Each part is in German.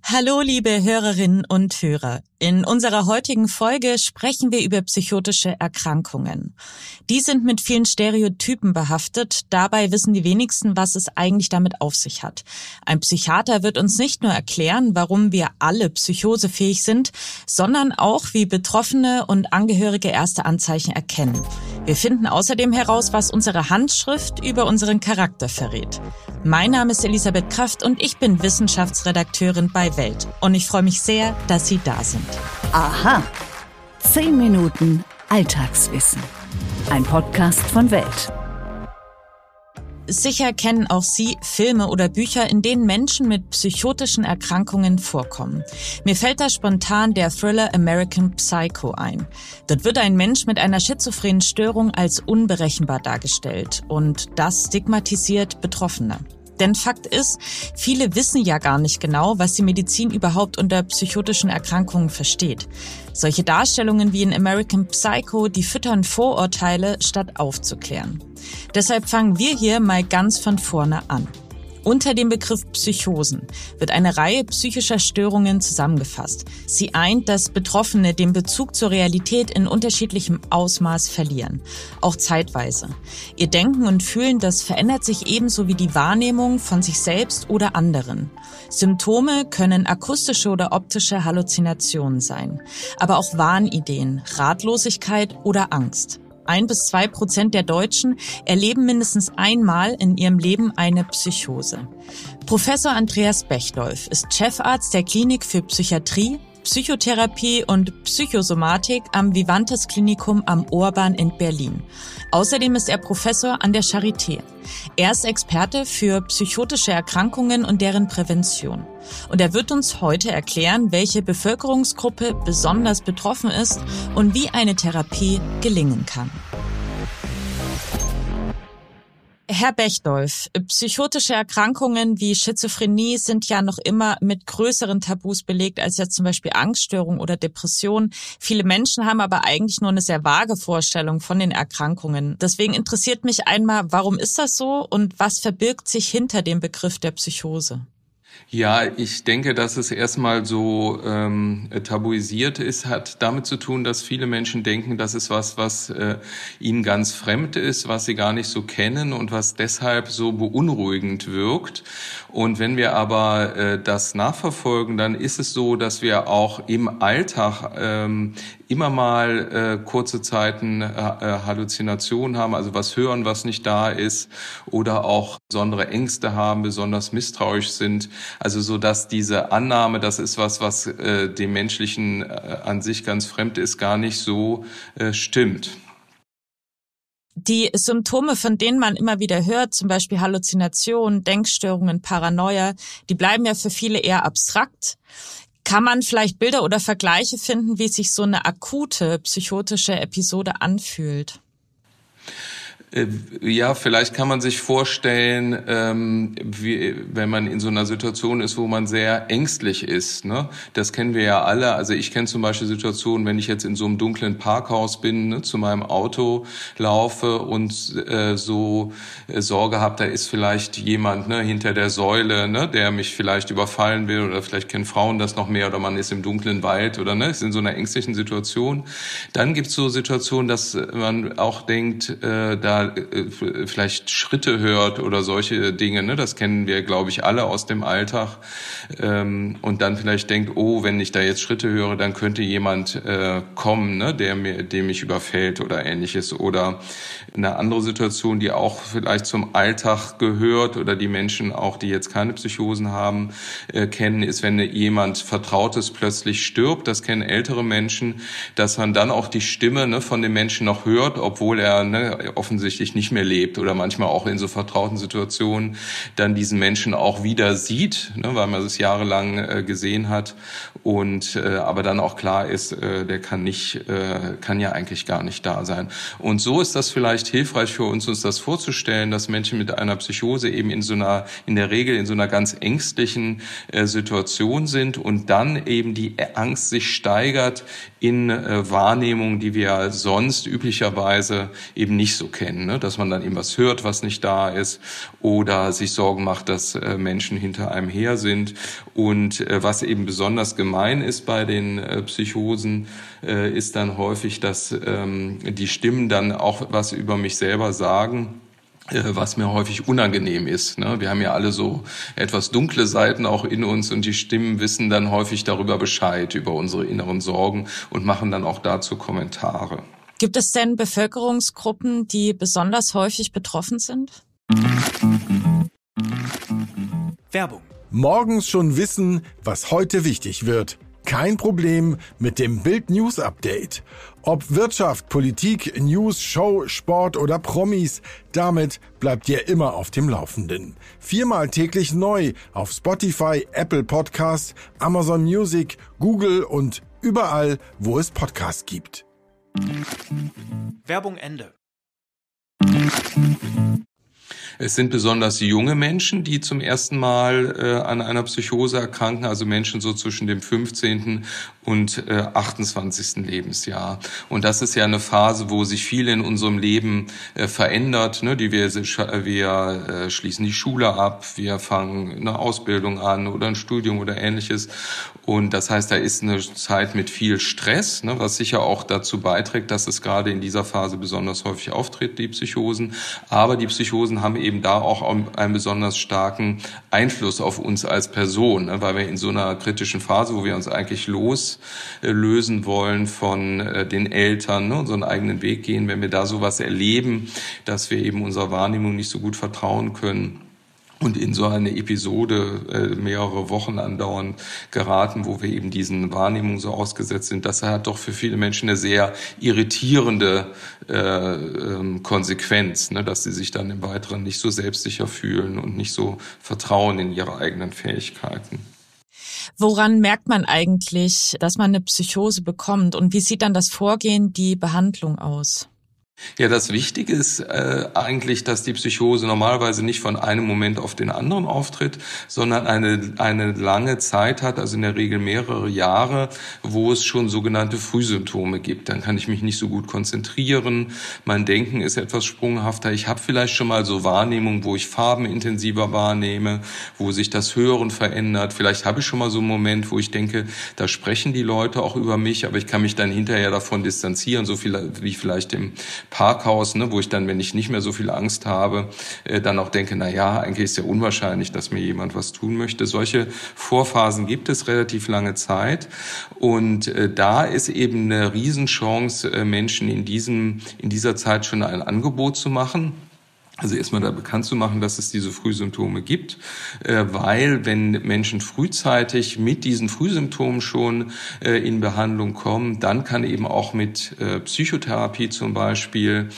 Hallo, liebe Hörerinnen und Hörer. In unserer heutigen Folge sprechen wir über psychotische Erkrankungen. Die sind mit vielen Stereotypen behaftet. Dabei wissen die wenigsten, was es eigentlich damit auf sich hat. Ein Psychiater wird uns nicht nur erklären, warum wir alle psychosefähig sind, sondern auch, wie Betroffene und Angehörige erste Anzeichen erkennen. Wir finden außerdem heraus, was unsere Handschrift über unseren Charakter verrät. Mein Name ist Elisabeth Kraft und ich bin Wissenschaftsredakteurin bei Welt. Und ich freue mich sehr, dass Sie da sind. Aha. 10 Minuten Alltagswissen. Ein Podcast von Welt. Sicher kennen auch Sie Filme oder Bücher, in denen Menschen mit psychotischen Erkrankungen vorkommen. Mir fällt da spontan der Thriller American Psycho ein. Dort wird ein Mensch mit einer schizophrenen Störung als unberechenbar dargestellt und das stigmatisiert Betroffene. Denn Fakt ist, viele wissen ja gar nicht genau, was die Medizin überhaupt unter psychotischen Erkrankungen versteht. Solche Darstellungen wie in American Psycho, die füttern Vorurteile, statt aufzuklären. Deshalb fangen wir hier mal ganz von vorne an. Unter dem Begriff Psychosen wird eine Reihe psychischer Störungen zusammengefasst. Sie eint, dass Betroffene den Bezug zur Realität in unterschiedlichem Ausmaß verlieren, auch zeitweise. Ihr Denken und Fühlen, das verändert sich ebenso wie die Wahrnehmung von sich selbst oder anderen. Symptome können akustische oder optische Halluzinationen sein, aber auch Wahnideen, Ratlosigkeit oder Angst. 1-2% der Deutschen erleben mindestens einmal in ihrem Leben eine Psychose. Professor Andreas Bechdolf ist Chefarzt der Klinik für Psychiatrie, Psychotherapie und Psychosomatik am Vivantes Klinikum am Ohrbahn in Berlin. Außerdem ist er Professor an der Charité. Er ist Experte für psychotische Erkrankungen und deren Prävention. Und er wird uns heute erklären, welche Bevölkerungsgruppe besonders betroffen ist und wie eine Therapie gelingen kann. Herr Bechdolf, psychotische Erkrankungen wie Schizophrenie sind ja noch immer mit größeren Tabus belegt als jetzt zum Beispiel Angststörung oder Depression. Viele Menschen haben aber eigentlich nur eine sehr vage Vorstellung von den Erkrankungen. Deswegen interessiert mich einmal, warum ist das so und was verbirgt sich hinter dem Begriff der Psychose? Ja, ich denke, dass es erstmal so tabuisiert ist, hat damit zu tun, dass viele Menschen denken, das ist was ihnen ganz fremd ist, was sie gar nicht so kennen und was deshalb so beunruhigend wirkt. Und wenn wir aber das nachverfolgen, dann ist es so, dass wir auch im Alltag immer mal kurze Zeiten Halluzinationen haben, also was hören, was nicht da ist, oder auch besondere Ängste haben, besonders misstrauisch sind. Also so, dass diese Annahme, das ist was dem Menschlichen an sich ganz fremd ist, gar nicht so stimmt. Die Symptome, von denen man immer wieder hört, zum Beispiel Halluzinationen, Denkstörungen, Paranoia, die bleiben ja für viele eher abstrakt. Kann man vielleicht Bilder oder Vergleiche finden, wie sich so eine akute psychotische Episode anfühlt? Ja, vielleicht kann man sich vorstellen, wie, wenn man in so einer Situation ist, wo man sehr ängstlich ist, ne? Das kennen wir ja alle. Also ich kenne zum Beispiel Situationen, wenn ich jetzt in so einem dunklen Parkhaus bin, ne, zu meinem Auto laufe und so Sorge habe, da ist vielleicht jemand, ne, hinter der Säule, ne, der mich vielleicht überfallen will, oder vielleicht kennen Frauen das noch mehr, oder man ist im dunklen Wald oder ne, ist in so einer ängstlichen Situation. Dann gibt's so Situationen, dass man auch denkt, da vielleicht Schritte hört oder solche Dinge, ne? Das kennen wir, glaube ich, alle aus dem Alltag. Und dann vielleicht denkt, oh, wenn ich da jetzt Schritte höre, dann könnte jemand kommen, ne? Der mich überfällt oder Ähnliches. Oder eine andere Situation, die auch vielleicht zum Alltag gehört oder die Menschen auch, die jetzt keine Psychosen haben, kennen, ist, wenn jemand Vertrautes plötzlich stirbt. Das kennen ältere Menschen, dass man dann auch die Stimme, ne, von dem Menschen noch hört, obwohl er, ne, offensichtlich nicht mehr lebt, oder manchmal auch in so vertrauten Situationen dann diesen Menschen auch wieder sieht, ne, weil man es jahrelang gesehen hat, und aber dann auch klar ist, der kann ja eigentlich gar nicht da sein. Und so ist das vielleicht hilfreich für uns das vorzustellen, dass Menschen mit einer Psychose eben in der Regel in so einer ganz ängstlichen Situation sind und dann eben die Angst sich steigert in Wahrnehmungen, die wir sonst üblicherweise eben nicht so kennen. finden, ne? Dass man dann eben was hört, was nicht da ist, oder sich Sorgen macht, dass Menschen hinter einem her sind. Und was eben besonders gemein ist bei den Psychosen, ist dann häufig, dass die Stimmen dann auch was über mich selber sagen, was mir häufig unangenehm ist. Wir haben ja alle so etwas dunkle Seiten auch in uns, und die Stimmen wissen dann häufig darüber Bescheid, über unsere inneren Sorgen, und machen dann auch dazu Kommentare. Gibt es denn Bevölkerungsgruppen, die besonders häufig betroffen sind? Werbung. Morgens schon wissen, was heute wichtig wird. Kein Problem mit dem Bild News Update. Ob Wirtschaft, Politik, News, Show, Sport oder Promis, damit bleibt ihr immer auf dem Laufenden. 4-mal täglich neu auf Spotify, Apple Podcasts, Amazon Music, Google und überall, wo es Podcasts gibt. Werbung Ende. Es sind besonders junge Menschen, die zum ersten Mal an einer Psychose erkranken, also Menschen so zwischen dem 15. und 28. Lebensjahr. Und das ist ja eine Phase, wo sich viel in unserem Leben verändert. Ne? Wir schließen die Schule ab, wir fangen eine Ausbildung an oder ein Studium oder Ähnliches. Und das heißt, da ist eine Zeit mit viel Stress, ne? Was sicher auch dazu beiträgt, dass es gerade in dieser Phase besonders häufig auftritt, die Psychosen. Aber die Psychosen haben eben da auch einen besonders starken Einfluss auf uns als Person, ne? Weil wir in so einer kritischen Phase, wo wir uns eigentlich loslösen wollen von den Eltern, ne? Unseren eigenen Weg gehen, wenn wir da sowas erleben, dass wir eben unserer Wahrnehmung nicht so gut vertrauen können, und in so eine Episode mehrere Wochen andauernd geraten, wo wir eben diesen Wahrnehmungen so ausgesetzt sind, das hat doch für viele Menschen eine sehr irritierende Konsequenz, ne, dass sie sich dann im Weiteren nicht so selbstsicher fühlen und nicht so vertrauen in ihre eigenen Fähigkeiten. Woran merkt man eigentlich, dass man eine Psychose bekommt, und wie sieht dann das Vorgehen, die Behandlung aus? Ja, das Wichtige ist eigentlich, dass die Psychose normalerweise nicht von einem Moment auf den anderen auftritt, sondern eine lange Zeit hat, also in der Regel mehrere Jahre, wo es schon sogenannte Frühsymptome gibt. Dann kann ich mich nicht so gut konzentrieren, mein Denken ist etwas sprunghafter, ich habe vielleicht schon mal so Wahrnehmungen, wo ich Farben intensiver wahrnehme, wo sich das Hören verändert. Vielleicht habe ich schon mal so einen Moment, wo ich denke, da sprechen die Leute auch über mich, aber ich kann mich dann hinterher davon distanzieren, so viel wie vielleicht im Parkhaus, ne, wo ich dann, wenn ich nicht mehr so viel Angst habe, dann auch denke, na ja, eigentlich ist ja unwahrscheinlich, dass mir jemand was tun möchte. Solche Vorphasen gibt es relativ lange Zeit, und da ist eben eine Riesenchance, Menschen in dieser Zeit schon ein Angebot zu machen. Also erstmal da bekannt zu machen, dass es diese Frühsymptome gibt, weil wenn Menschen frühzeitig mit diesen Frühsymptomen schon in Behandlung kommen, dann kann eben auch mit Psychotherapie zum Beispiel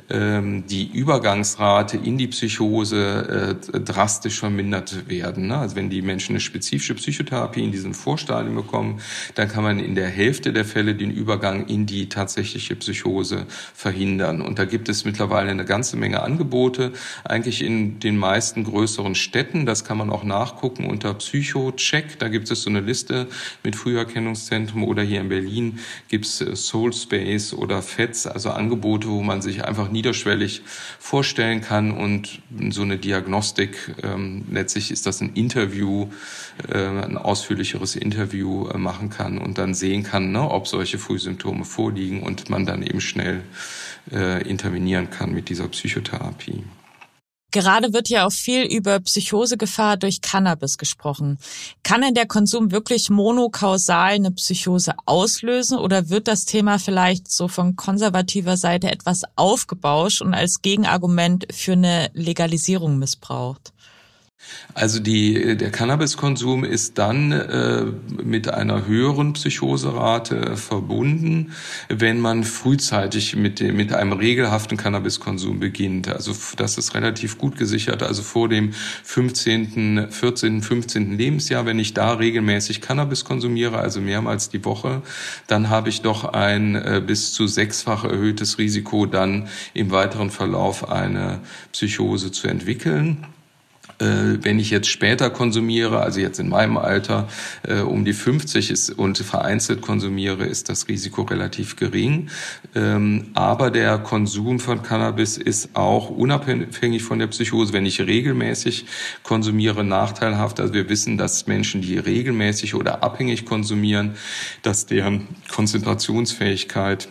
die Übergangsrate in die Psychose drastisch vermindert werden. Also wenn die Menschen eine spezifische Psychotherapie in diesem Vorstadium bekommen, dann kann man in der Hälfte der Fälle den Übergang in die tatsächliche Psychose verhindern. Und da gibt es mittlerweile eine ganze Menge Angebote, eigentlich in den meisten größeren Städten. Das kann man auch nachgucken unter Psychocheck. Da gibt es so eine Liste mit Früherkennungszentren, oder hier in Berlin gibt es Soulspace oder FETS, also Angebote, wo man sich einfach niederschwellig vorstellen kann und so eine Diagnostik, letztlich ist das ein Interview, ein ausführlicheres Interview machen kann und dann sehen kann, ne, ob solche Frühsymptome vorliegen, und man dann eben schnell intervenieren kann mit dieser Psychotherapie. Gerade wird ja auch viel über Psychosegefahr durch Cannabis gesprochen. Kann denn der Konsum wirklich monokausal eine Psychose auslösen, oder wird das Thema vielleicht so von konservativer Seite etwas aufgebauscht und als Gegenargument für eine Legalisierung missbraucht? Also der Cannabiskonsum ist dann mit einer höheren Psychoserate verbunden, wenn man frühzeitig mit einem regelhaften Cannabiskonsum beginnt. Also das ist relativ gut gesichert. Also vor dem 14., 15. Lebensjahr, wenn ich da regelmäßig Cannabis konsumiere, also mehrmals die Woche, dann habe ich doch ein bis zu 6-fach erhöhtes Risiko, dann im weiteren Verlauf eine Psychose zu entwickeln. Wenn ich jetzt später konsumiere, also jetzt in meinem Alter um die 50 ist und vereinzelt konsumiere, ist das Risiko relativ gering. Aber der Konsum von Cannabis ist auch unabhängig von der Psychose, wenn ich regelmäßig konsumiere, nachteilhaft. Also wir wissen, dass Menschen, die regelmäßig oder abhängig konsumieren, dass deren Konzentrationsfähigkeit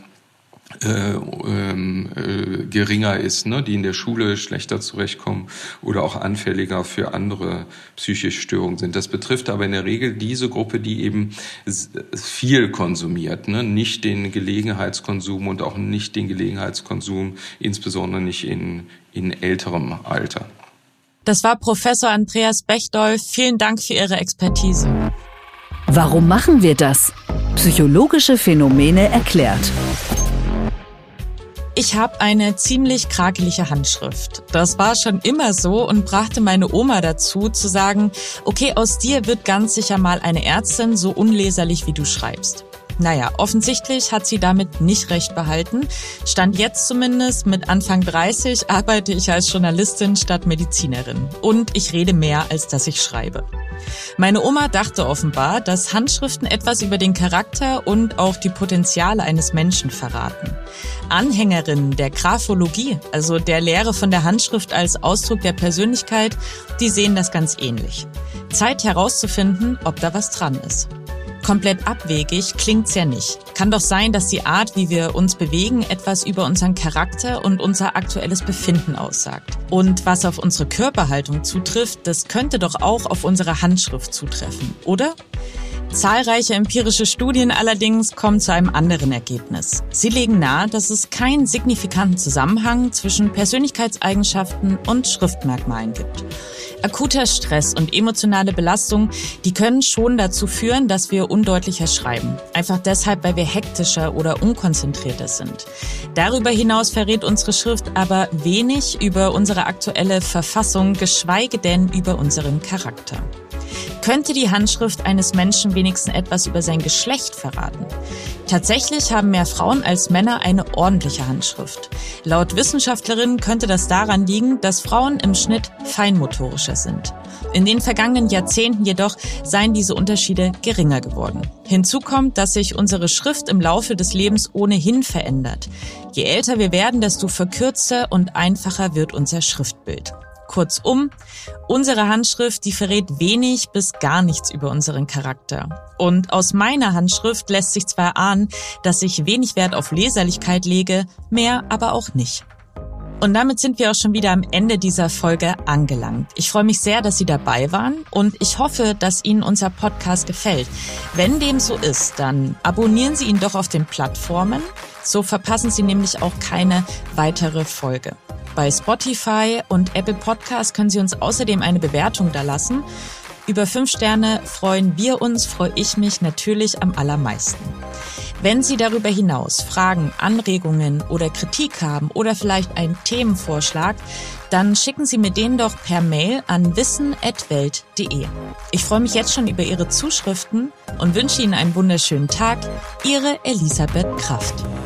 geringer ist, ne, die in der Schule schlechter zurechtkommen oder auch anfälliger für andere psychische Störungen sind. Das betrifft aber in der Regel diese Gruppe, die eben viel konsumiert, ne, nicht den Gelegenheitskonsum und auch nicht den Gelegenheitskonsum, insbesondere nicht in älterem Alter. Das war Professor Andreas Bechdolf. Vielen Dank für Ihre Expertise. Warum machen wir das? Psychologische Phänomene erklärt. Ich habe eine ziemlich krakelige Handschrift. Das war schon immer so und brachte meine Oma dazu, zu sagen, okay, aus dir wird ganz sicher mal eine Ärztin, so unleserlich wie du schreibst. Naja, offensichtlich hat sie damit nicht recht behalten. Stand jetzt zumindest, mit Anfang 30 arbeite ich als Journalistin statt Medizinerin. Und ich rede mehr, als dass ich schreibe. Meine Oma dachte offenbar, dass Handschriften etwas über den Charakter und auch die Potenziale eines Menschen verraten. Anhängerinnen der Graphologie, also der Lehre von der Handschrift als Ausdruck der Persönlichkeit, die sehen das ganz ähnlich. Zeit herauszufinden, ob da was dran ist. Komplett abwegig klingt's ja nicht. Kann doch sein, dass die Art, wie wir uns bewegen, etwas über unseren Charakter und unser aktuelles Befinden aussagt. Und was auf unsere Körperhaltung zutrifft, das könnte doch auch auf unsere Handschrift zutreffen, oder? Zahlreiche empirische Studien allerdings kommen zu einem anderen Ergebnis. Sie legen nahe, dass es keinen signifikanten Zusammenhang zwischen Persönlichkeitseigenschaften und Schriftmerkmalen gibt. Akuter Stress und emotionale Belastung, die können schon dazu führen, dass wir undeutlicher schreiben. Einfach deshalb, weil wir hektischer oder unkonzentrierter sind. Darüber hinaus verrät unsere Schrift aber wenig über unsere aktuelle Verfassung, geschweige denn über unseren Charakter. Könnte die Handschrift eines Menschen wenigstens etwas über sein Geschlecht verraten? Tatsächlich haben mehr Frauen als Männer eine ordentliche Handschrift. Laut Wissenschaftlerinnen könnte das daran liegen, dass Frauen im Schnitt feinmotorischer sind. In den vergangenen Jahrzehnten jedoch seien diese Unterschiede geringer geworden. Hinzu kommt, dass sich unsere Schrift im Laufe des Lebens ohnehin verändert. Je älter wir werden, desto verkürzter und einfacher wird unser Schriftbild. Kurzum, unsere Handschrift, die verrät wenig bis gar nichts über unseren Charakter. Und aus meiner Handschrift lässt sich zwar ahnen, dass ich wenig Wert auf Leserlichkeit lege, mehr aber auch nicht. Und damit sind wir auch schon wieder am Ende dieser Folge angelangt. Ich freue mich sehr, dass Sie dabei waren und ich hoffe, dass Ihnen unser Podcast gefällt. Wenn dem so ist, dann abonnieren Sie ihn doch auf den Plattformen. So verpassen Sie nämlich auch keine weitere Folge. Bei Spotify und Apple Podcasts können Sie uns außerdem eine Bewertung dalassen. Über 5 Sterne freue ich mich natürlich am allermeisten. Wenn Sie darüber hinaus Fragen, Anregungen oder Kritik haben oder vielleicht einen Themenvorschlag, dann schicken Sie mir den doch per Mail an wissen@welt.de. Ich freue mich jetzt schon über Ihre Zuschriften und wünsche Ihnen einen wunderschönen Tag. Ihre Elisabeth Kraft.